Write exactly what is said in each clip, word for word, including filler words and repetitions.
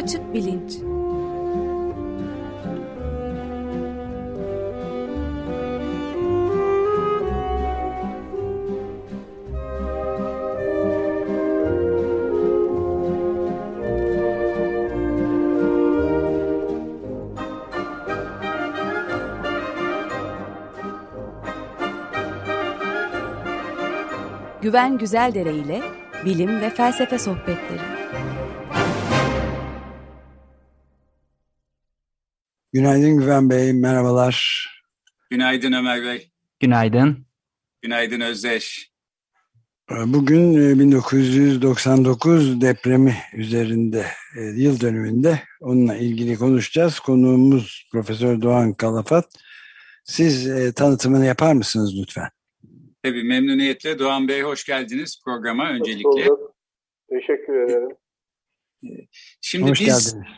Açık Bilinç. Güven Güzeldere ile bilim ve felsefe sohbetleri. Günaydın Güven Bey, merhabalar. Günaydın Ömer Bey. Günaydın. Günaydın Özdeş. Bugün bin dokuz yüz doksan dokuz depremi üzerinde yıl dönümünde onunla ilgili konuşacağız. Konuğumuz Profesör Doğan Kalafat. Siz tanıtımını yapar mısınız lütfen? Tabii, memnuniyetle. Doğan Bey, hoş geldiniz programa öncelikle. Hoş bulduk. Teşekkür ederim. Şimdi hoş biz geldiniz.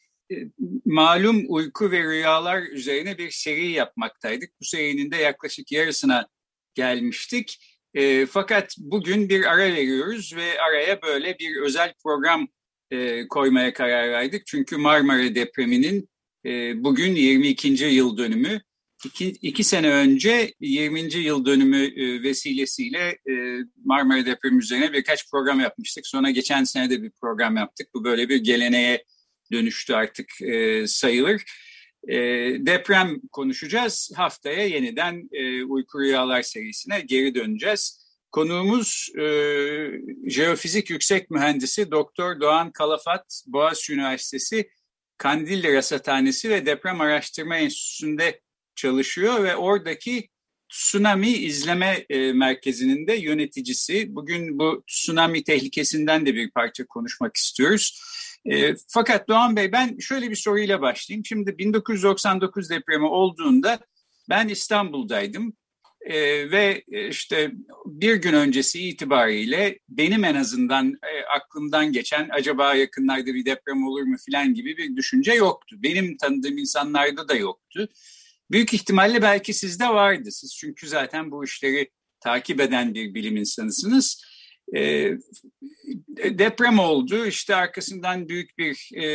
malum uyku ve rüyalar üzerine bir seri yapmaktaydık. Bu serinin de yaklaşık yarısına gelmiştik. E, fakat bugün bir ara veriyoruz ve araya böyle bir özel program e, koymaya karar verdik. Çünkü Marmara depreminin e, bugün yirmi ikinci yıl dönümü. İki, iki sene önce yirminci yıl dönümü e, vesilesiyle e, Marmara depremi üzerine birkaç program yapmıştık. Sonra geçen sene de bir program yaptık. Bu böyle bir geleneğe dönüştü artık e, sayılır. E, deprem konuşacağız. Haftaya yeniden e, Uyku Rüyalar serisine geri döneceğiz. Konuğumuz e, Jeofizik Yüksek Mühendisi Doktor Doğan Kalafat, Boğaziçi Üniversitesi Kandilli Rasathanesi ve Deprem Araştırma Enstitüsü'nde çalışıyor ve oradaki Tsunami İzleme e, Merkezi'nin de yöneticisi. Bugün bu tsunami tehlikesinden de bir parça konuşmak istiyoruz. E, fakat Doğan Bey, ben şöyle bir soruyla başlayayım. Şimdi bin dokuz yüz doksan dokuz depremi olduğunda ben İstanbul'daydım e, ve işte bir gün öncesi itibariyle benim en azından e, aklımdan geçen acaba yakınlarda bir deprem olur mu filan gibi bir düşünce yoktu. Benim tanıdığım insanlarda da yoktu. Büyük ihtimalle belki sizde vardı. Siz çünkü zaten bu işleri takip eden bir bilim insanısınız. E, deprem oldu. İşte arkasından büyük bir e,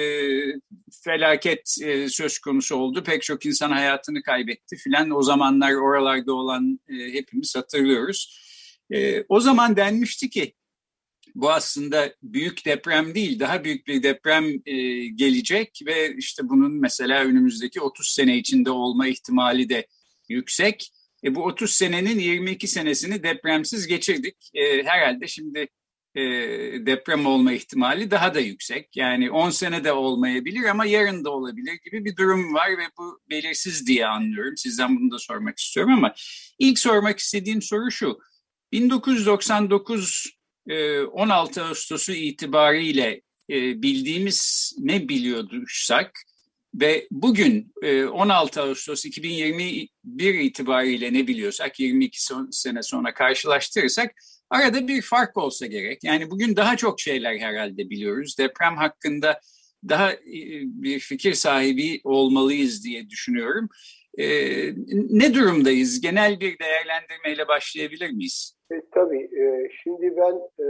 felaket e, söz konusu oldu. Pek çok insan hayatını kaybetti filan. O zamanlar oralarda olan e, hepimiz hatırlıyoruz. E, o zaman denmişti ki bu aslında büyük deprem değil, daha büyük bir deprem e, gelecek ve işte bunun mesela önümüzdeki otuz sene içinde olma ihtimali de yüksek. E, bu otuz senenin yirmi iki senesini depremsiz geçirdik. E, herhalde şimdi e, deprem olma ihtimali daha da yüksek. Yani on sene de olmayabilir ama yarın da olabilir gibi bir durum var ve bu belirsiz diye anlıyorum. Sizden bunu da sormak istiyorum ama ilk sormak istediğim soru şu. bin dokuz yüz doksan dokuz on altı Ağustos'u itibariyle bildiğimiz ne biliyorduysak ve bugün on altı Ağustos iki bin yirmi bir itibariyle ne biliyorsak yirmi iki sene sonra karşılaştırırsak arada bir fark olsa gerek. Yani bugün daha çok şeyler herhalde biliyoruz. Deprem hakkında daha bir fikir sahibi olmalıyız diye düşünüyorum. Ne durumdayız? Genel bir değerlendirmeyle başlayabilir miyiz? E, tabii. E, şimdi ben e,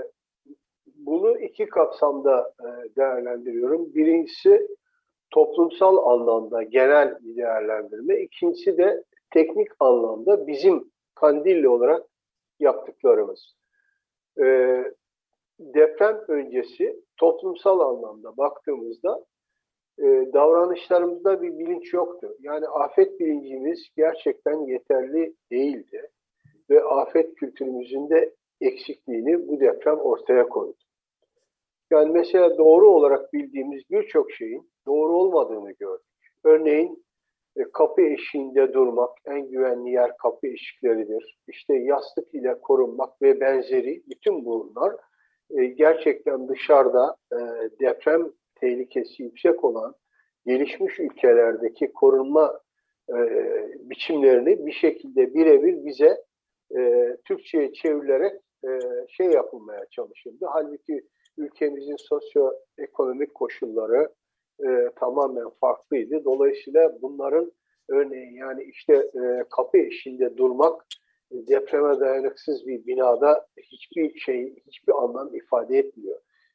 bunu iki kapsamda e, değerlendiriyorum. Birincisi toplumsal anlamda genel bir değerlendirme. İkincisi de teknik anlamda bizim Kandilli olarak yaptıklarımız. E, deprem öncesi toplumsal anlamda baktığımızda e, davranışlarımızda bir bilinç yoktu. Yani afet bilincimiz gerçekten yeterli değildi. Ve afet kültürümüzün de eksikliğini bu deprem ortaya koydu. Yani mesela doğru olarak bildiğimiz birçok şeyin doğru olmadığını gördük. Örneğin e, kapı eşiğinde durmak, en güvenli yer kapı eşikleridir. İşte yastık ile korunmak ve benzeri bütün bunlar e, gerçekten dışarıda e, deprem tehlikesi yüksek olan gelişmiş ülkelerdeki korunma e, biçimlerini bir şekilde birebir bize E, Türkçe'ye çevrilerek e, şey yapılmaya çalışıldı. Halbuki ülkemizin sosyoekonomik koşulları e, tamamen farklıydı. Dolayısıyla bunların örneğin yani işte e, kapı eşiğinde durmak depreme dayanıksız bir binada hiçbir şey, hiçbir anlam ifade etmiyor.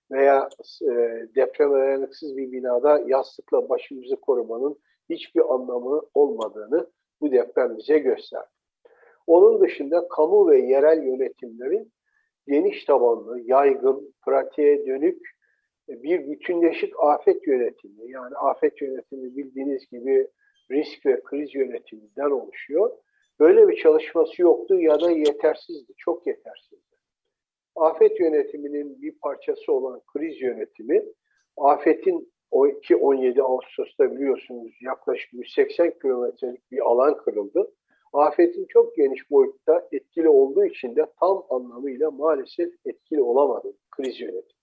veya e, depreme dayanıksız bir binada yastıkla başımızı korumanın hiçbir anlamı olmadığını bu deprem bize gösterdi. Onun dışında kamu ve yerel yönetimlerin geniş tabanlı, yaygın, pratiğe dönük bir bütünleşik afet yönetimi, yani afet yönetimi bildiğiniz gibi risk ve kriz yönetiminden oluşuyor. Böyle bir çalışması yoktu ya da yetersizdi, çok yetersizdi. Afet yönetiminin bir parçası olan kriz yönetimi, afetin ki on yedi Ağustos'ta biliyorsunuz yaklaşık yüz seksen kilometrelik bir alan kırıldı. Afetin çok geniş boyutta etkili olduğu için de tam anlamıyla maalesef etkili olamadı kriz yönetimi.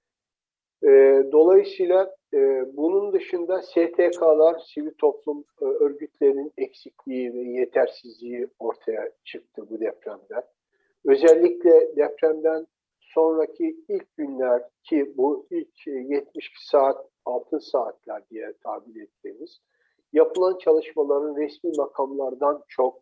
E, dolayısıyla e, bunun dışında S T K'lar, sivil toplum e, örgütlerinin eksikliği ve yetersizliği ortaya çıktı bu depremde. Özellikle depremden sonraki ilk günler ki bu ilk yetmiş iki saat, altın saatler diye tabir ettiğimiz yapılan çalışmaların resmi makamlardan çok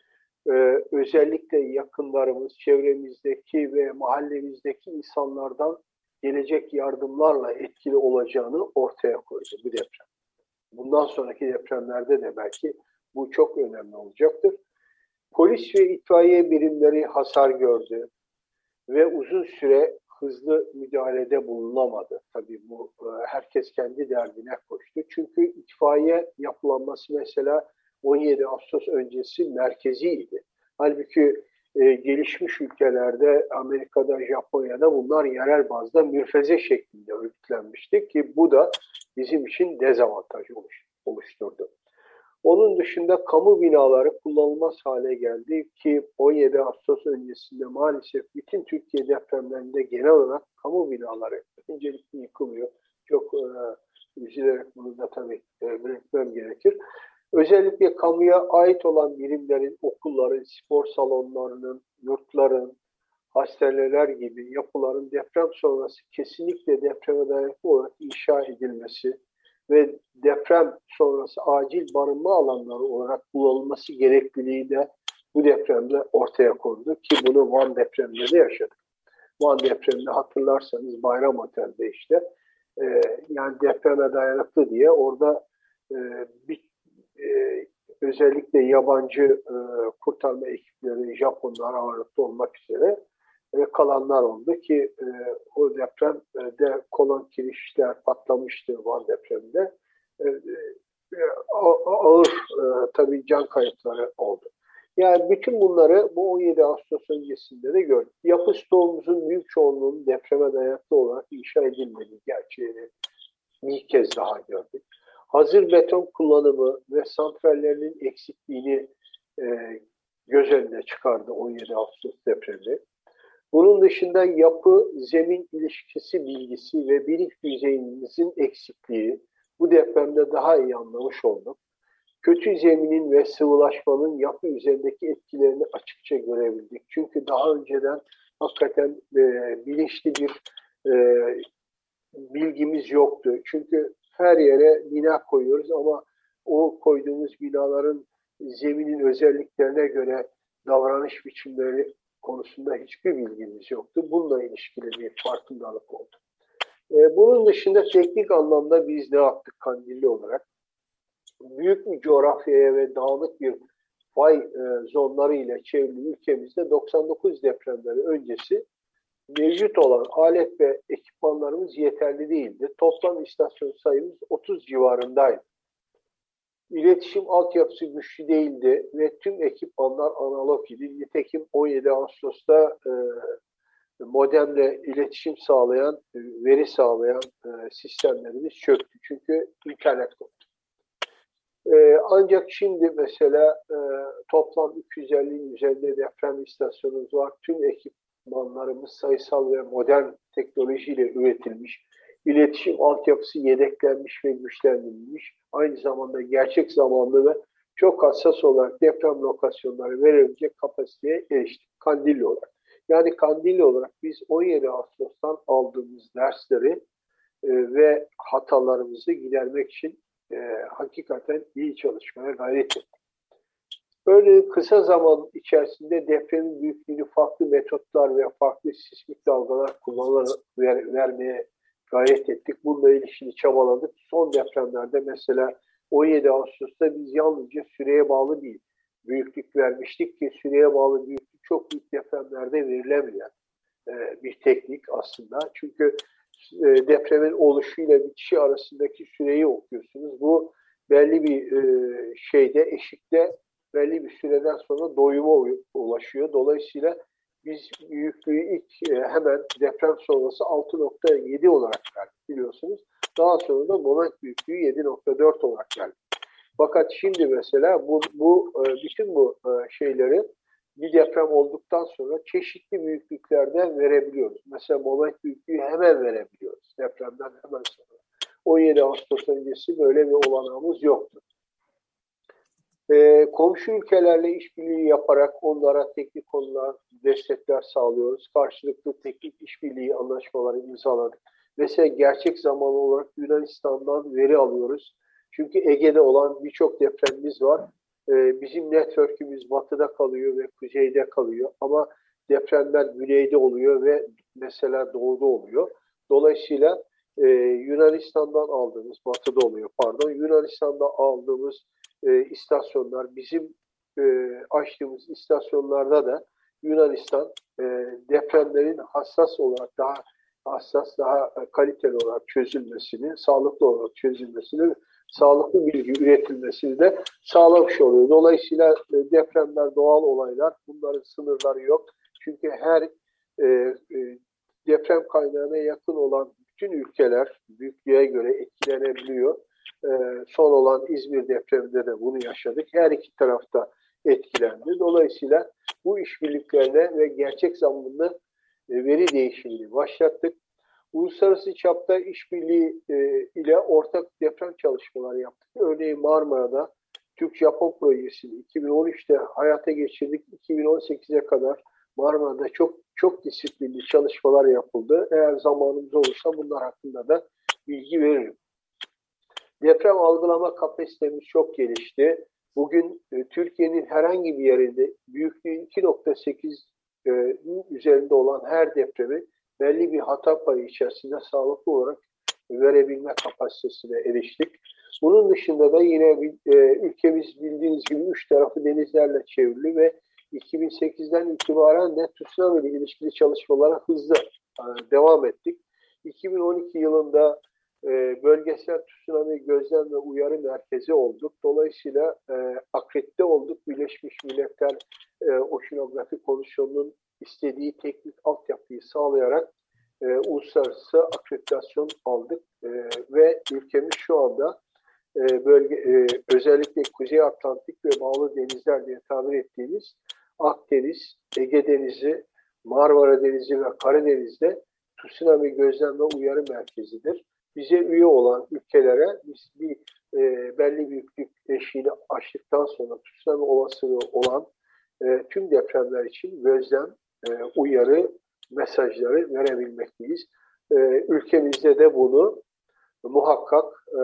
e, özellikle yakınlarımız, çevremizdeki ve mahallemizdeki insanlardan gelecek yardımlarla etkili olacağını ortaya koydu bu deprem. Bundan sonraki depremlerde de belki bu çok önemli olacaktır. Polis ve itfaiye birimleri hasar gördü ve uzun süre hızlı müdahalede bulunamadı. Tabii bu herkes kendi derdine koştu. Çünkü itfaiye yapılanması mesela on yedi Ağustos öncesi merkeziydi. Halbuki e, gelişmiş ülkelerde, Amerika'da, Japonya'da bunlar yerel bazda mürfeze şeklinde örgütlenmişti ki bu da bizim için dezavantaj oluş, oluşturdu. Onun dışında kamu binaları kullanılmaz hale geldi ki on yedi Ağustos öncesinde maalesef bütün Türkiye depremlerinde genel olarak kamu binaları öncelikle yıkılıyor. Çok e, üzülerek bunu da tabii e, belirtmem gerekir. Özellikle kamuya ait olan birimlerin, okulların, spor salonlarının, yurtların, hastaneler gibi yapıların deprem sonrası kesinlikle depreme dayanıklı olarak inşa edilmesi ve deprem sonrası acil barınma alanları olarak kullanılması gerekliliği de bu depremde ortaya kondu ki bunu Van depreminde de yaşadık. Van depreminde hatırlarsanız Bayram Otel'de işte e, yani depreme dayanıklı diye orada e, bir e, özellikle yabancı e, kurtarma ekipleri, Japonlar ağırlıklı olmak üzere ve kalanlar oldu ki e, o depremde kolon kirişler patlamıştı Van depreminde. E, e, ağır e, tabii can kayıpları oldu. Yani bütün bunları bu on yedi Ağustos öncesinde de gördük. Yapı stoğumuzun büyük çoğunluğunun depreme dayanıklı olarak inşa edilmediği gerçeğini bir kez daha gördük. Hazır beton kullanımı ve santrallerinin eksikliğini e, göz önüne çıkardı on yedi Ağustos depremi. Bunun dışında yapı, zemin ilişkisi bilgisi ve bilinç düzeyimizin eksikliği bu depremde daha iyi anlamış olduk. Kötü zeminin ve sıvılaşmanın yapı üzerindeki etkilerini açıkça görebildik. Çünkü daha önceden hakikaten e, bilinçli bir e, bilgimiz yoktu. Çünkü her yere bina koyuyoruz ama o koyduğumuz binaların zeminin özelliklerine göre davranış biçimleri konusunda hiçbir bilgimiz yoktu. Bununla ilişkili bir farkındalık oldu. Ee, bunun dışında teknik anlamda biz ne yaptık Kandilli olarak? Büyük bir coğrafyaya ve dağınık bir fay e, zonları ile çevrili ülkemizde doksan dokuz depremleri öncesi mevcut olan alet ve ekipmanlarımız yeterli değildi. Toplam istasyon sayımız otuz civarındaydı. İletişim altyapısı güçlü değildi ve tüm ekipmanlar analog idi. Nitekim on yedi Ağustos'ta e, modemle iletişim sağlayan, e, veri sağlayan e, sistemlerimiz çöktü. Çünkü internet koptu. E, ancak şimdi mesela e, toplam üç yüz ellinin üzerinde deprem istasyonumuz var. Tüm ekipmanlarımız sayısal ve modern teknolojiyle üretilmiş. İletişim altyapısı yedeklenmiş ve güçlendirilmiş. Aynı zamanda gerçek zamanlı ve çok hassas olarak deprem lokasyonları verebilecek kapasiteye eriştik. Kandilli olarak. Yani Kandilli olarak biz on yedi Ağustos'tan aldığımız dersleri e, ve hatalarımızı gidermek için e, hakikaten iyi çalışmaya gayret ettik. Böyle kısa zaman içerisinde depremin büyüklüğünü farklı metotlar ve farklı sismik dalgalar kullanarak ver, vermeye gayret ettik. Bununla ilişkili çabaladık. Son depremlerde mesela on yedi Ağustos'ta biz yalnızca süreye bağlı bir büyüklük vermiştik ki süreye bağlı büyüklük çok büyük depremlerde verilemeyen bir teknik aslında. Çünkü depremin oluşuyla bitişi arasındaki süreyi okuyorsunuz. Bu belli bir şeyde, eşikte belli bir süreden sonra doyuma ulaşıyor. Dolayısıyla biz büyüklüğü ilk hemen deprem sonrası altı nokta yedi olarak verdik biliyorsunuz. Daha sonra da moment büyüklüğü yedi nokta dört olarak geldi. Fakat şimdi mesela bu, bu bütün bu şeyleri bir deprem olduktan sonra çeşitli büyüklüklerde verebiliyoruz. Mesela moment büyüklüğü hemen verebiliyoruz depremden hemen sonra. on yedi Ağustos öncesi böyle bir olanağımız yoktu. Ee, komşu ülkelerle işbirliği yaparak onlara teknik konular, destekler sağlıyoruz. Karşılıklı teknik işbirliği anlaşmaları imzaladık. Mesela gerçek zamanlı olarak Yunanistan'dan veri alıyoruz. Çünkü Ege'de olan birçok depremimiz var. Ee, bizim network'ümüz batıda kalıyor ve kuzeyde kalıyor. Ama depremler güneyde oluyor ve mesela doğuda oluyor. Dolayısıyla e, Yunanistan'dan aldığımız, batıda oluyor pardon, Yunanistan'da aldığımız e, istasyonlar, bizim e, açtığımız istasyonlarda da Yunanistan e, depremlerin hassas olarak daha hassas, daha kaliteli olarak çözülmesini, sağlıklı olarak çözülmesini, sağlıklı bilgi üretilmesini de sağlamış oluyor. Dolayısıyla e, depremler doğal olaylar, bunların sınırları yok. Çünkü her e, e, deprem kaynağına yakın olan bütün ülkeler büyüklüğe göre etkilenebiliyor. E, son olan İzmir depreminde de bunu yaşadık. Her iki tarafta etkilendi. Dolayısıyla bu işbirliklerine ve gerçek zamanlı e, veri değişimini başlattık. Uluslararası çapta işbirliği e, ile ortak deprem çalışmaları yaptık. Örneğin Marmara'da Türk-Japon projesini iki bin on üçte hayata geçirdik. iki bin on sekize kadar Marmara'da çok çok disiplinli çalışmalar yapıldı. Eğer zamanımız olursa bunlar hakkında da bilgi veririm. Deprem algılama kapasitemiz çok gelişti. Bugün e, Türkiye'nin herhangi bir yerinde büyüklüğü iki nokta sekiz e, üzerinde olan her depremi belli bir hata payı içerisinde sağlıklı olarak verebilme kapasitesine eriştik. Bunun dışında da yine e, ülkemiz bildiğiniz gibi üç tarafı denizlerle çevrili ve iki bin sekizden itibaren de tsunami ile ilişkili çalışmalara hızlı e, devam ettik. iki bin on iki yılında e, bölgesel tsunami gözlem ve uyarı merkezi olduk. Dolayısıyla e, akredite olduk. Birleşmiş Milletler e, Oşinografi Komisyonu'nun istediği teknik altyapıyı sağlayarak e, uluslararası akreditasyon aldık e, ve ülkemiz şu anda e, bölge e, özellikle Kuzey Atlantik ve bağlı denizler diye tabir ettiğimiz Akdeniz, Ege Denizi, Marmara Denizi ve Karadeniz'de tsunami gözlem ve uyarı merkezidir. Bize üye olan ülkelere biz bir e, belli büyüklük eşiğini aştıktan sonra tsunami olasılığı olan e, tüm depremler için gözlem, e, uyarı mesajları verebilmekteyiz. E, ülkemizde de bunu muhakkak e,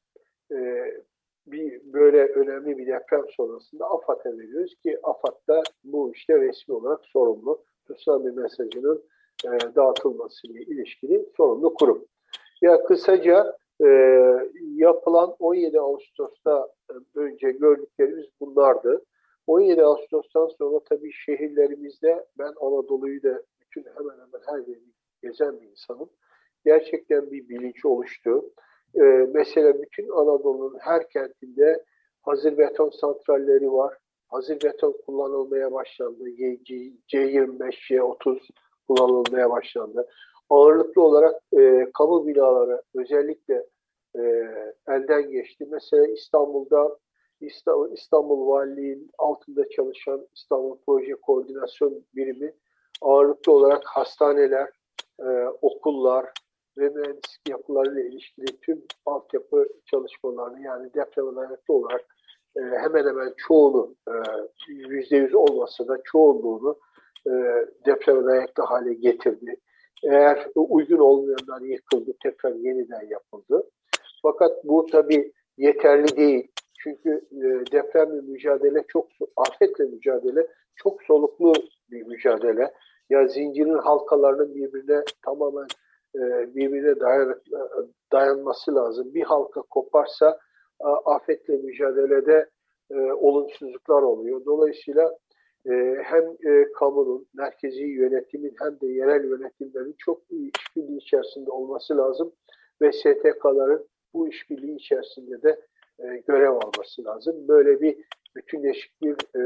e, bir böyle önemli bir deprem sonrasında AFAD'a veriyoruz ki AFAD da bu işte resmi olarak sorumlu. Tsunami mesajının e, dağıtılmasıyla ilişkili sorumlu kurum. Ya kısaca e, yapılan on yedi Ağustos'ta önce gördüklerimiz bunlardı. on yedi Ağustos'tan sonra tabii şehirlerimizde ben Anadolu'yu da bütün hemen hemen her yerini gezen bir insanım. Gerçekten bir bilinç oluştu. Ee, mesela bütün Anadolu'nun her kentinde hazır beton santralleri var. Hazır beton kullanılmaya başlandı. C yirmi beş, C otuz kullanılmaya başlandı. Ağırlıklı olarak e, kamu binaları özellikle e, elden geçti. Mesela İstanbul'da İstanbul, İstanbul Valiliği'nin altında çalışan İstanbul Proje Koordinasyon Birimi ağırlıklı olarak hastaneler, e, okullar ve mühendislik yapılarıyla ilişkili tüm altyapı çalışmalarını yani depreme dayanıklı olarak e, hemen hemen çoğunu yüzde yüz olmasa da çoğunluğunu e, depreme dayanıklı hale getirdi. Eğer uygun olmayanlar yıkıldı, tekrar yeniden yapıldı. Fakat bu tabii yeterli değil. Çünkü e, depremle mücadele çok, afetle mücadele çok soluklu bir mücadele. Ya zincirin halkalarının birbirine tamamen e, birbirine dayan, dayanması lazım. Bir halka koparsa afetle mücadelede e, olumsuzluklar oluyor. Dolayısıyla e, hem e, kamunun, merkezi yönetimin hem de yerel yönetimlerin çok iyi işbirliği içerisinde olması lazım ve S T K'ların bu işbirliği içerisinde de e, görev alması lazım. Böyle bir bütünleşik bir e,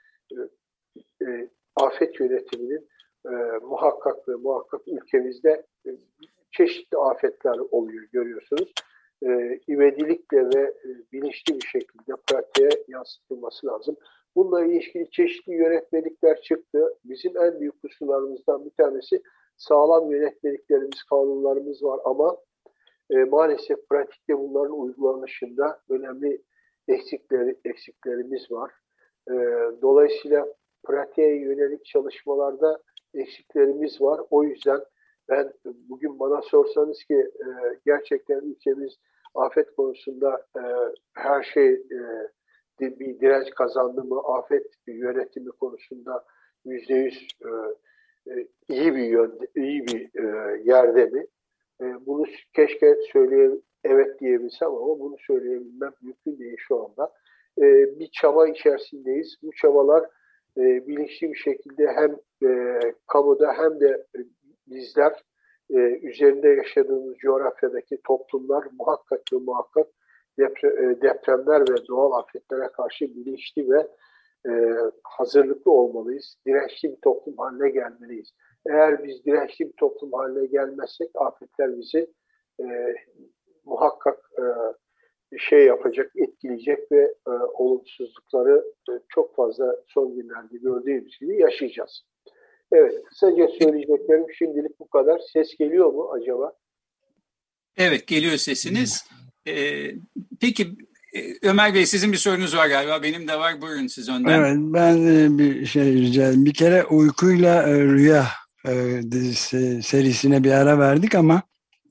e, e, afet yönetiminin e, muhakkak ve muhakkak ülkemizde e, çeşitli afetler oluyor, görüyorsunuz. E, ivedilikle ve e, bilinçli bir şekilde pratiğe yansıtılması lazım. Bununla ilişkili çeşitli yönetmelikler çıktı. Bizim en büyük kusurlarımızdan bir tanesi sağlam yönetmeliklerimiz, kanunlarımız var ama e, maalesef pratikte bunların uygulanışında önemli eksikleri, eksiklerimiz var. E, dolayısıyla pratiğe yönelik çalışmalarda eksiklerimiz var. O yüzden ben bugün bana sorsanız ki e, gerçekten ülkemiz afet konusunda e, her şey e, bir direnç kazandı mı, afet yönetimi konusunda yüzde yüz e, e, iyi bir yönde, iyi bir e, yerde mi? E, bunu keşke söyleye evet diyebilsem ama bunu söyleyebilmem mümkün değil şu anda. E, bir çaba içerisindeyiz. Bu çabalar e, bilinçli bir şekilde hem e, kamuda hem de e, bizler e, üzerinde yaşadığımız coğrafyadaki toplumlar muhakkak ve muhakkak depre, e, depremler ve doğal afetlere karşı bilinçli ve e, hazırlıklı olmalıyız. Dirençli bir toplum haline gelmeliyiz. Eğer biz dirençli bir toplum haline gelmezsek afetler bizi e, muhakkak e, şey yapacak, etkileyecek ve e, olumsuzlukları e, çok fazla son günlerde gördüğümüz gibi yaşayacağız. Evet, kısaca söyleyeceklerim şimdilik bu kadar. Ses geliyor mu acaba? Evet, geliyor sesiniz. Ee, peki Ömer Bey, sizin bir sorunuz var galiba. Benim de var. Buyurun siz önden. Evet, ben bir şey rica edeyim. Bir kere uykuyla rüya dizisi serisine bir ara verdik ama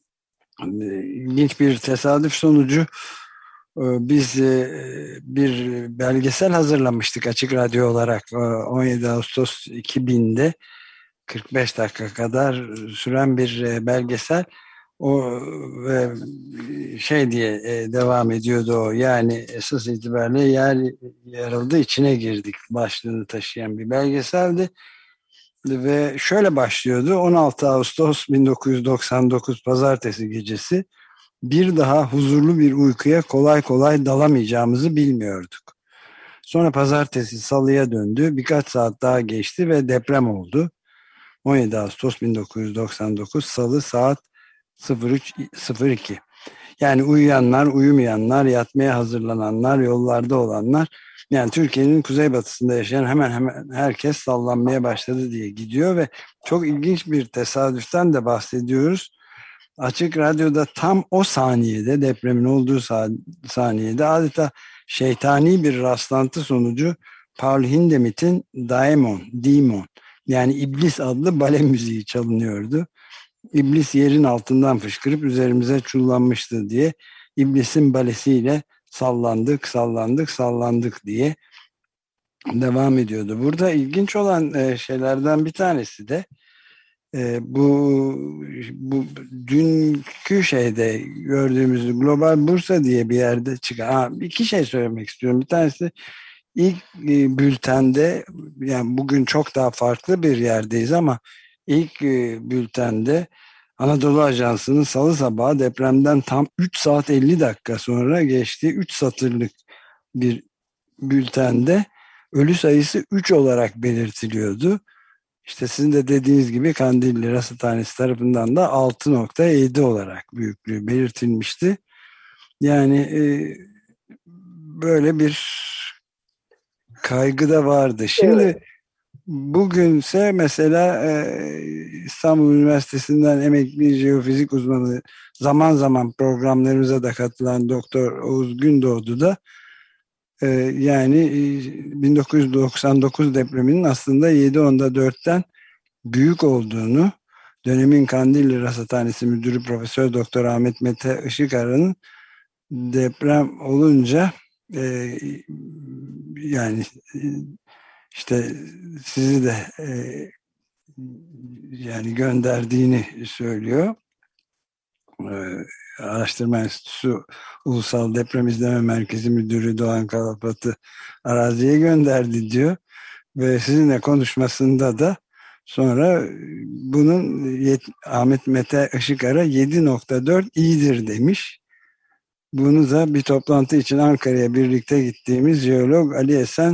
ilginç bir tesadüf sonucu biz bir belgesel hazırlamıştık Açık Radyo olarak on yedi Ağustos iki binde kırk beş dakika kadar süren bir belgesel. O ve şey diye devam ediyordu o, yani esas itibariyle yer yarıldı içine girdik başlığını taşıyan bir belgeseldi ve şöyle başlıyordu: on altı Ağustos bin dokuz yüz doksan dokuz Pazartesi gecesi, bir daha huzurlu bir uykuya kolay kolay dalamayacağımızı bilmiyorduk. Sonra Pazartesi Salı'ya döndü, birkaç saat daha geçti ve deprem oldu. on yedi Ağustos bin dokuz yüz doksan dokuz Salı saat sıfır üç sıfır iki. Yani uyuyanlar, uyumayanlar, yatmaya hazırlananlar, yollarda olanlar, yani Türkiye'nin kuzeybatısında yaşayan hemen hemen herkes sallanmaya başladı diye gidiyor ve çok ilginç bir tesadüften de bahsediyoruz. Açık Radyo'da tam o saniyede, depremin olduğu saniyede adeta şeytani bir rastlantı sonucu Paul Hindemith'in Daemon, Demon, yani İblis adlı bale müziği çalınıyordu. İblis yerin altından fışkırıp üzerimize çullanmıştı diye İblis'in balesiyle sallandık, sallandık, sallandık diye devam ediyordu. Burada ilginç olan şeylerden bir tanesi de bu, bu dünkü şeyde gördüğümüz Global Bursa diye bir yerde çıkan. Ha, iki şey söylemek istiyorum. Bir tanesi, ilk bültende, yani bugün çok daha farklı bir yerdeyiz ama ilk bültende Anadolu Ajansı'nın salı sabahı depremden tam üç saat elli dakika sonra geçtiği üç satırlık bir bültende ölü sayısı üç olarak belirtiliyordu. İşte sizin de dediğiniz gibi Kandilli Rasathanesi tarafından da altı nokta yedi olarak büyüklüğü belirtilmişti. Yani e, böyle bir kaygı da vardı. Şimdi evet. Bugünse mesela e, İstanbul Üniversitesi'nden emekli jeofizik uzmanı, zaman zaman programlarımıza da katılan Doktor Oğuz Gündoğdu da e, yani e, bin dokuz yüz doksan dokuz depreminin aslında yedi onda dörtten büyük olduğunu, dönemin Kandilli Rasathanesi Müdürü Profesör Doktor Ahmet Mete Işıkara'nın deprem olunca e, yani işte sizi de e, yani gönderdiğini söylüyor. E, Araştırma Enstitüsü Ulusal Deprem İzleme Merkezi Müdürü Doğan Kalafat'ı araziye gönderdi diyor. Ve sizinle konuşmasında da sonra bunun Ahmet Mete Işıkara yedi nokta dört iyidir demiş. Bunu da bir toplantı için Ankara'ya birlikte gittiğimiz jeolog Ali Esen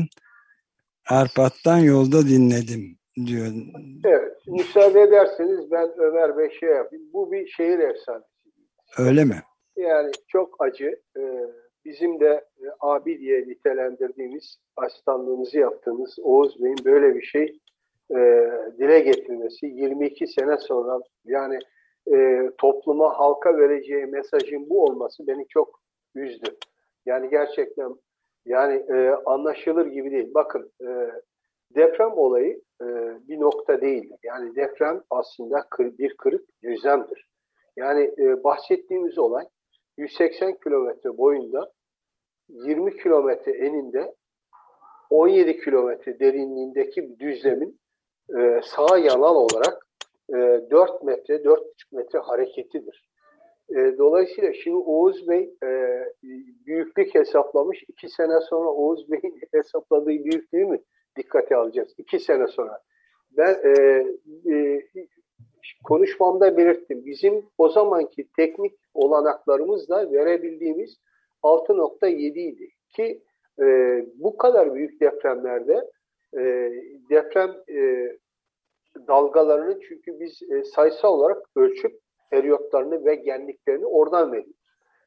Arpat'tan yolda dinledim diyor. Evet, müsaade ederseniz ben Ömer Bey şey yapayım. Bu bir şehir efsanesi. Öyle mi? Yani çok acı. Ee, bizim de e, abi diye nitelendirdiğimiz, asistanlığımızı yaptığımız Oğuz Bey'in böyle bir şey e, dile getirmesi yirmi iki sene sonra, yani e, topluma, halka vereceği mesajın bu olması beni çok üzdü. Yani gerçekten yani e, anlaşılır gibi değil. Bakın e, deprem olayı e, bir nokta değildir. Yani deprem aslında kır, bir kırık düzlemdir. Yani e, bahsettiğimiz olay yüz seksen kilometre boyunda, yirmi kilometre eninde, on yedi kilometre derinliğindeki bir düzlemin e, sağa yanal olarak e, dört metre, dört buçuk metre hareketidir. E, dolayısıyla şimdi Oğuz Bey e, büyüklük hesaplamış. İki sene sonra Oğuz Bey'in hesapladığı büyüklüğü mü dikkate alacağız? İki sene sonra. Ben e, e, konuşmamda belirttim. Bizim o zamanki teknik olanaklarımızla verebildiğimiz altı nokta yedi idi. Ki e, bu kadar büyük depremlerde e, deprem e, dalgalarını, çünkü biz e, sayısal olarak ölçüp periyotlarını ve genliklerini oradan veriyoruz.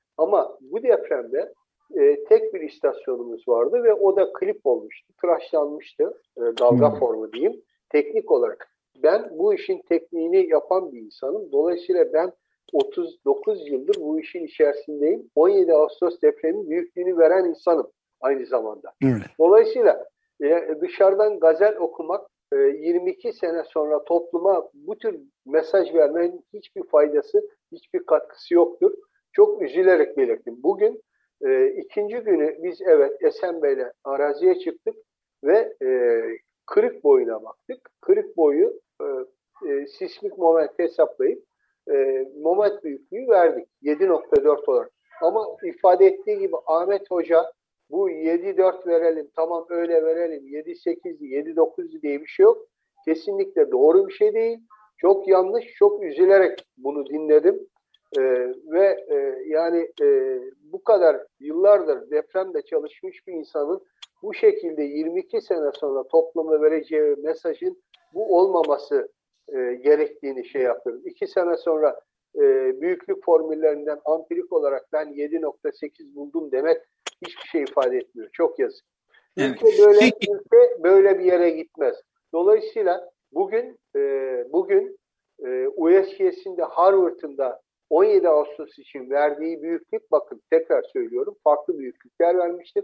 Ama bu depremde e, tek bir istasyonumuz vardı ve o da klip olmuştu, tıraşlanmıştı, e, dalga hmm. formu diyeyim, teknik olarak. Ben bu işin tekniğini yapan bir insanım. Dolayısıyla ben otuz dokuz yıldır bu işin içerisindeyim. on yedi Ağustos depremin büyüklüğünü veren insanım aynı zamanda. Evet. Dolayısıyla e, dışarıdan gazel okumak, e, yirmi iki sene sonra topluma bu tür mesaj vermenin hiçbir faydası, hiçbir katkısı yoktur. Çok üzülerek belirttim. Bugün e, ikinci günü biz evet Esen Bey'le araziye çıktık ve e, kırık boyuna baktık. Kırık boyu e, e, sismik moment hesaplayıp e, moment büyüklüğü verdik yedi nokta dört olarak. Ama ifade ettiği gibi Ahmet Hoca bu yedi dört verelim, tamam öyle verelim, yedi sekiz, yedi dokuz diye bir şey yok. Kesinlikle doğru bir şey değil. Çok yanlış, çok üzülerek bunu dinledim. Ee, ve e, yani e, bu kadar yıllardır depremde çalışmış bir insanın bu şekilde yirmi iki sene sonra topluma vereceği mesajın bu olmaması e, gerektiğini şey yapıyorum. İki sene sonra e, büyüklük formüllerinden ampirik olarak ben yedi nokta sekiz buldum demek hiçbir şey ifade etmiyor. Çok yazık. Evet. Ülke böyle, ülke böyle bir yere gitmez. Dolayısıyla bugün e, bugün e, U S G S'in de Harvard'ın da on yedi Ağustos için verdiği büyüklük, bakın tekrar söylüyorum, farklı büyüklükler vermiştir.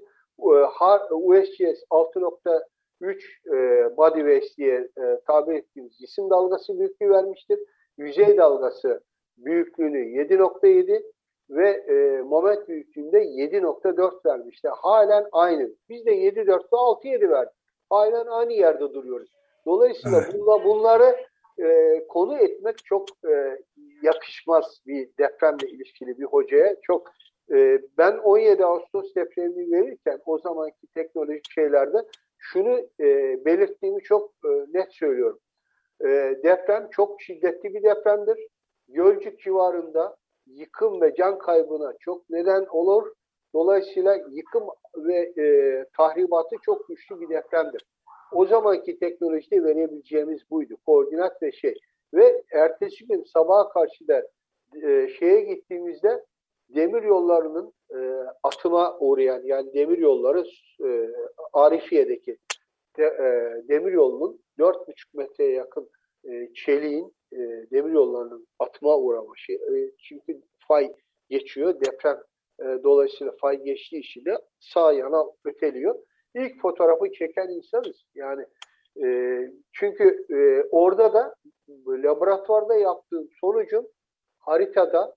U S G S altı nokta üç e, body waves diye e, tabir ettiğimiz cisim dalgası büyüklüğü vermiştir. Yüzey dalgası büyüklüğünü yedi nokta yedi ve e, moment büyüklüğünde yedi nokta dört vermiştir. Halen aynı. Biz de yedi nokta dört ve altı nokta yedi verdik. Halen aynı yerde duruyoruz. Dolayısıyla evet. bunla, bunları e, konu etmek çok e, yakışmaz bir depremle ilişkili bir hocaya. Çok e, ben on yedi Ağustos depremini verirken o zamanki teknolojik şeylerde şunu e, belirttiğimi çok e, net söylüyorum. E, deprem çok şiddetli bir depremdir. Gölcük civarında yıkım ve can kaybına çok neden olur. Dolayısıyla yıkım ve e, tahribatı çok güçlü bir depremdir. O zamanki teknolojide verebileceğimiz buydu. Koordinat ve şey. Ve ertesi gün sabaha karşı da e, şeye gittiğimizde demir yollarının e, atıma uğrayan, yani demir yolları e, Arifiye'deki de, e, demir yolunun dört buçuk metreye yakın e, çeliğin e, demir yollarının atıma uğraması. E, çünkü fay geçiyor. Deprem e, dolayısıyla fay geçtiği için de sağ yana öteliyor. İlk fotoğrafı çeken insanız. Yani e, çünkü e, orada da laboratuvarda yaptığım sonucun haritada,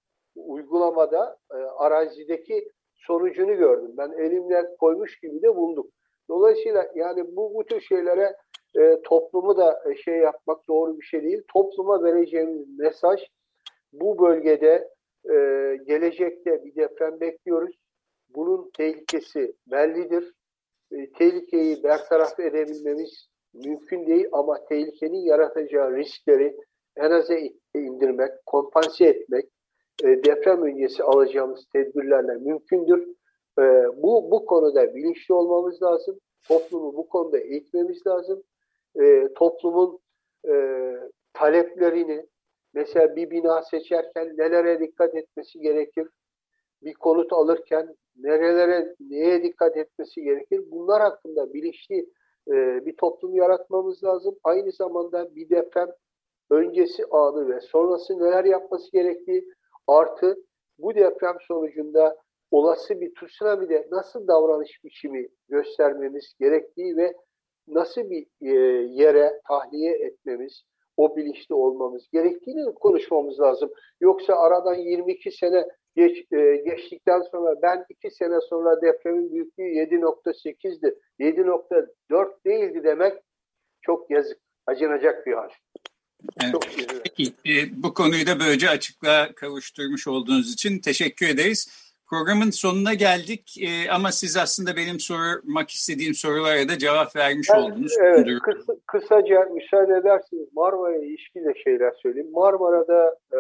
uygulamada e, arazideki sonucunu gördüm. Ben elimle koymuş gibi de buldum. Dolayısıyla yani bu, bu tür şeylere e, toplumu da e, şey yapmak doğru bir şey değil. Topluma vereceğimiz mesaj bu bölgede e, gelecekte bir deprem bekliyoruz. Bunun tehlikesi bellidir. E, tehlikeyi bertaraf edebilmemiz mümkün değil ama tehlikenin yaratacağı riskleri en aza indirmek, kompanse etmek, e, deprem öncesi alacağımız tedbirlerle mümkündür. E, bu, bu konuda bilinçli olmamız lazım. Toplumu bu konuda eğitmemiz lazım. E, toplumun e, taleplerini, mesela bir bina seçerken nelere dikkat etmesi gerekir? Bir konut alırken nerelere, neye dikkat etmesi gerekir? Bunlar hakkında bilinçli e, bir toplum yaratmamız lazım. Aynı zamanda bir deprem öncesi anı ve sonrası neler yapması gerektiği, artı bu deprem sonucunda olası bir tsunami'de nasıl davranış biçimi göstermemiz gerektiği ve nasıl bir e, yere tahliye etmemiz, o bilinçli olmamız gerektiğini konuşmamız lazım. Yoksa aradan yirmi iki sene geç, e, geçtikten sonra ben iki sene sonra depremin büyüklüğü yedi nokta sekizdi, yedi nokta dört değildi demek çok yazık, acınacak bir hal. Evet. Peki, e, bu konuyu da böylece açıklığa kavuşturmuş olduğunuz için teşekkür ederiz. Programın sonuna geldik e, ama siz aslında benim sormak istediğim sorulara da cevap vermiş ben, oldunuz. Evet, kısa, kısaca müsaade ederseniz Marmara'ya ilişkin de şeyler söyleyeyim. Marmara'da e,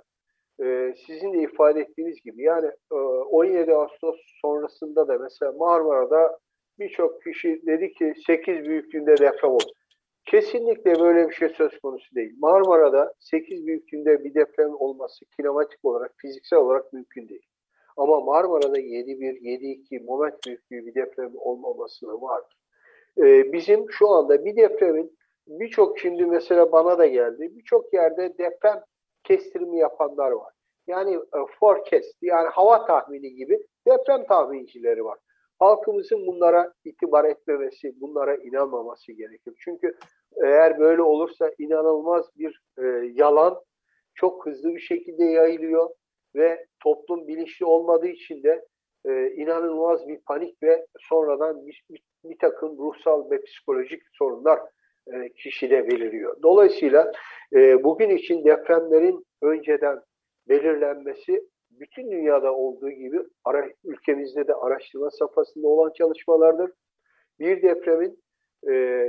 e, sizin de ifade ettiğiniz gibi yani e, on yedi Ağustos sonrasında da mesela Marmara'da birçok kişi dedi ki sekiz büyüklüğünde deprem oldu. Kesinlikle böyle bir şey söz konusu değil. Marmara'da sekiz büyüklüğünde bir deprem olması kinematik olarak, fiziksel olarak mümkün değil. Ama Marmara'da yedi bir, yedi iki moment büyüklüğü bir deprem olmamasına vardır. Ee, bizim şu anda bir depremin birçok, şimdi mesela bana da geldi, birçok yerde deprem kestirimi yapanlar var. Yani e, forecast, yani hava tahmini gibi deprem tahmincileri var. Halkımızın bunlara itibar etmemesi, bunlara inanmaması gerekir. Çünkü eğer böyle olursa inanılmaz bir e, yalan çok hızlı bir şekilde yayılıyor ve toplum bilinçli olmadığı için de e, inanılmaz bir panik ve sonradan bir, bir, bir takım ruhsal ve psikolojik sorunlar e, kişide beliriyor. Dolayısıyla e, bugün için depremlerin önceden belirlenmesi bütün dünyada olduğu gibi ara, ülkemizde de araştırma safhasında olan çalışmalardır. Bir depremin e,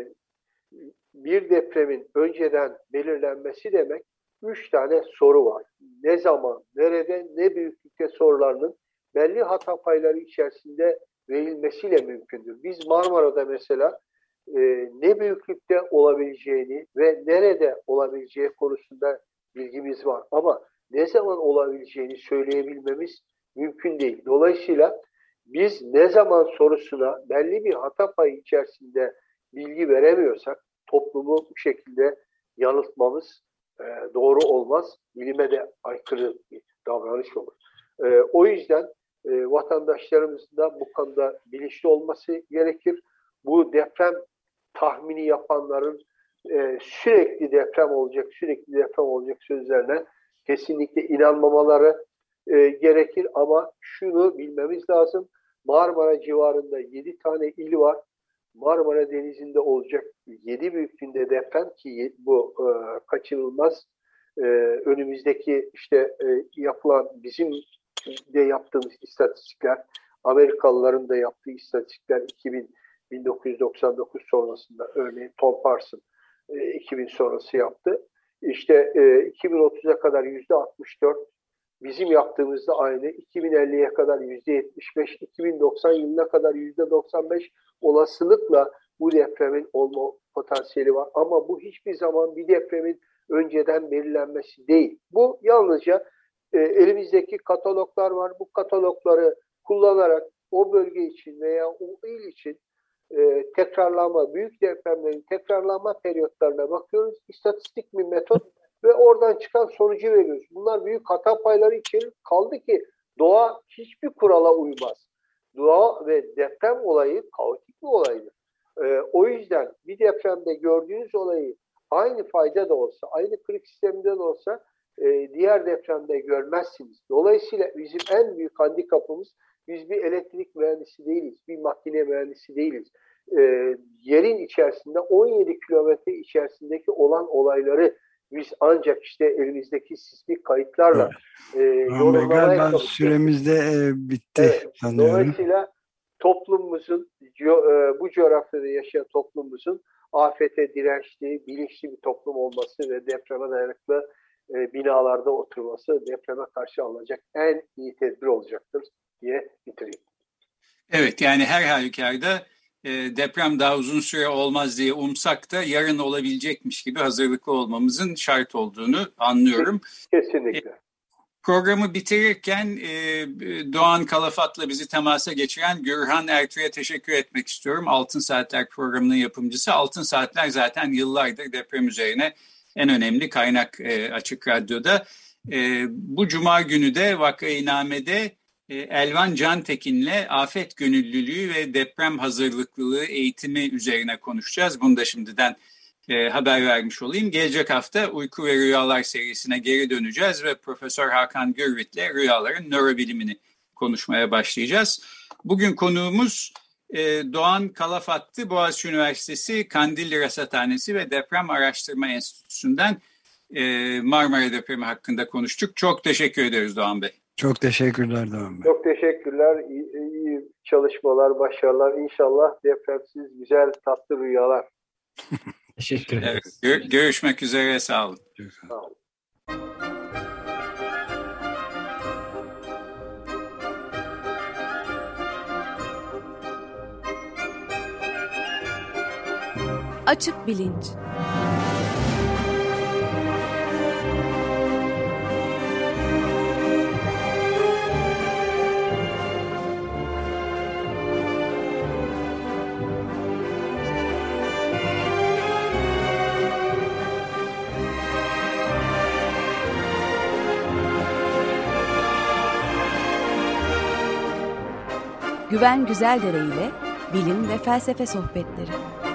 bir depremin önceden belirlenmesi demek üç tane soru var. Ne zaman, nerede, ne büyüklükte sorularının belli hata payları içerisinde verilmesiyle mümkündür. Biz Marmara'da mesela e, ne büyüklükte olabileceğini ve nerede olabileceği konusunda bilgimiz var. Ama ne zaman olabileceğini söyleyebilmemiz mümkün değil. Dolayısıyla biz ne zaman sorusuna belli bir hata payı içerisinde bilgi veremiyorsak toplumu bu şekilde yanıltmamız e, doğru olmaz. Bilime de aykırı bir davranış olur. E, o yüzden e, vatandaşlarımızın da bu konuda bilinçli olması gerekir. Bu deprem tahmini yapanların e, sürekli deprem olacak, sürekli deprem olacak sözlerine kesinlikle inanmamaları e, gerekir. Ama şunu bilmemiz lazım. Marmara civarında yedi tane il var. Marmara Denizi'nde olacak yedi büyüklüğünde deprem ki bu e, kaçınılmaz. E, önümüzdeki işte e, yapılan bizim de yaptığımız istatistikler, Amerikalıların da yaptığı istatistikler iki bin, bin dokuz yüz doksan dokuz sonrasında örneğin Tom Parson e, iki bin sonrası yaptı. İşte e, iki bin otuza kadar yüzde altmış dört, bizim yaptığımızda aynı, iki bin elliye kadar yüzde yetmiş beş, iki bin doksan yılına kadar yüzde doksan beş olasılıkla bu depremin olma potansiyeli var. Ama bu hiçbir zaman bir depremin önceden belirlenmesi değil. Bu yalnızca e, elimizdeki kataloglar var. Bu katalogları kullanarak o bölge için veya o il için e, tekrarlama, büyük depremlerin tekrarlama periyotlarına bakıyoruz. İstatistik bir metot ve oradan çıkan sonucu veriyoruz. Bunlar büyük hata payları içerir. Kaldı ki doğa hiçbir kurala uymaz. Doğa ve deprem olayı kaotik bir olaydır. Ee, o yüzden bir depremde gördüğünüz olayı aynı fayda da olsa, aynı kırık sisteminde de olsa e, diğer depremde görmezsiniz. Dolayısıyla bizim en büyük handikapımız, biz bir elektrik mühendisi değiliz, bir makine mühendisi değiliz. e, yerin içerisinde on yedi kilometre içerisindeki olan olayları biz ancak işte elimizdeki sismik kayıtlarla e, yorumlamaya galiba çalışıyoruz. süremiz de e, bitti Evet, sanıyorum. dolayısıyla toplumumuzun, bu coğrafyada yaşayan toplumumuzun afete dirençli, bilinçli bir toplum olması ve depreme dayanıklı binalarda oturması depreme karşı alınacak en iyi tedbir olacaktır diye bitireyim. Evet, yani her halükarda deprem daha uzun süre olmaz diye umsak da yarın olabilecekmiş gibi hazırlıklı olmamızın şart olduğunu anlıyorum. Kesinlikle. Programı bitirirken e, Doğan Kalafat'la bizi temasa geçiren Gürhan Ertuğ'a teşekkür etmek istiyorum. Altın Saatler programının yapımcısı. Altın Saatler zaten yıllardır deprem üzerine en önemli kaynak e, Açık Radyo'da. E, bu cuma günü de Vakayname'de e, Elvan Cantekin'le afet gönüllülüğü ve deprem hazırlıklılığı eğitimi üzerine konuşacağız. Bunu da şimdiden E, haber vermiş olayım. Gelecek hafta Uyku ve Rüyalar serisine geri döneceğiz ve Profesör Hakan Gürvit'le rüyaların nörobilimini konuşmaya başlayacağız. Bugün konuğumuz e, Doğan Kalafat'tı. Boğaziçi Üniversitesi Kandilli Rasathanesi ve Deprem Araştırma Enstitüsü'nden e, Marmara depremi hakkında konuştuk. Çok teşekkür ederiz Doğan Bey. Çok teşekkürler Doğan Bey. Çok teşekkürler. İyi, iyi çalışmalar, başarılar. İnşallah depremsiz güzel, tatlı rüyalar. Teşekkür ederim. Evet, gö- görüşmek üzere. Sağ olun. Sağ olun. Açık Bilinç. Güven Güzeldere ile bilim ve felsefe sohbetleri.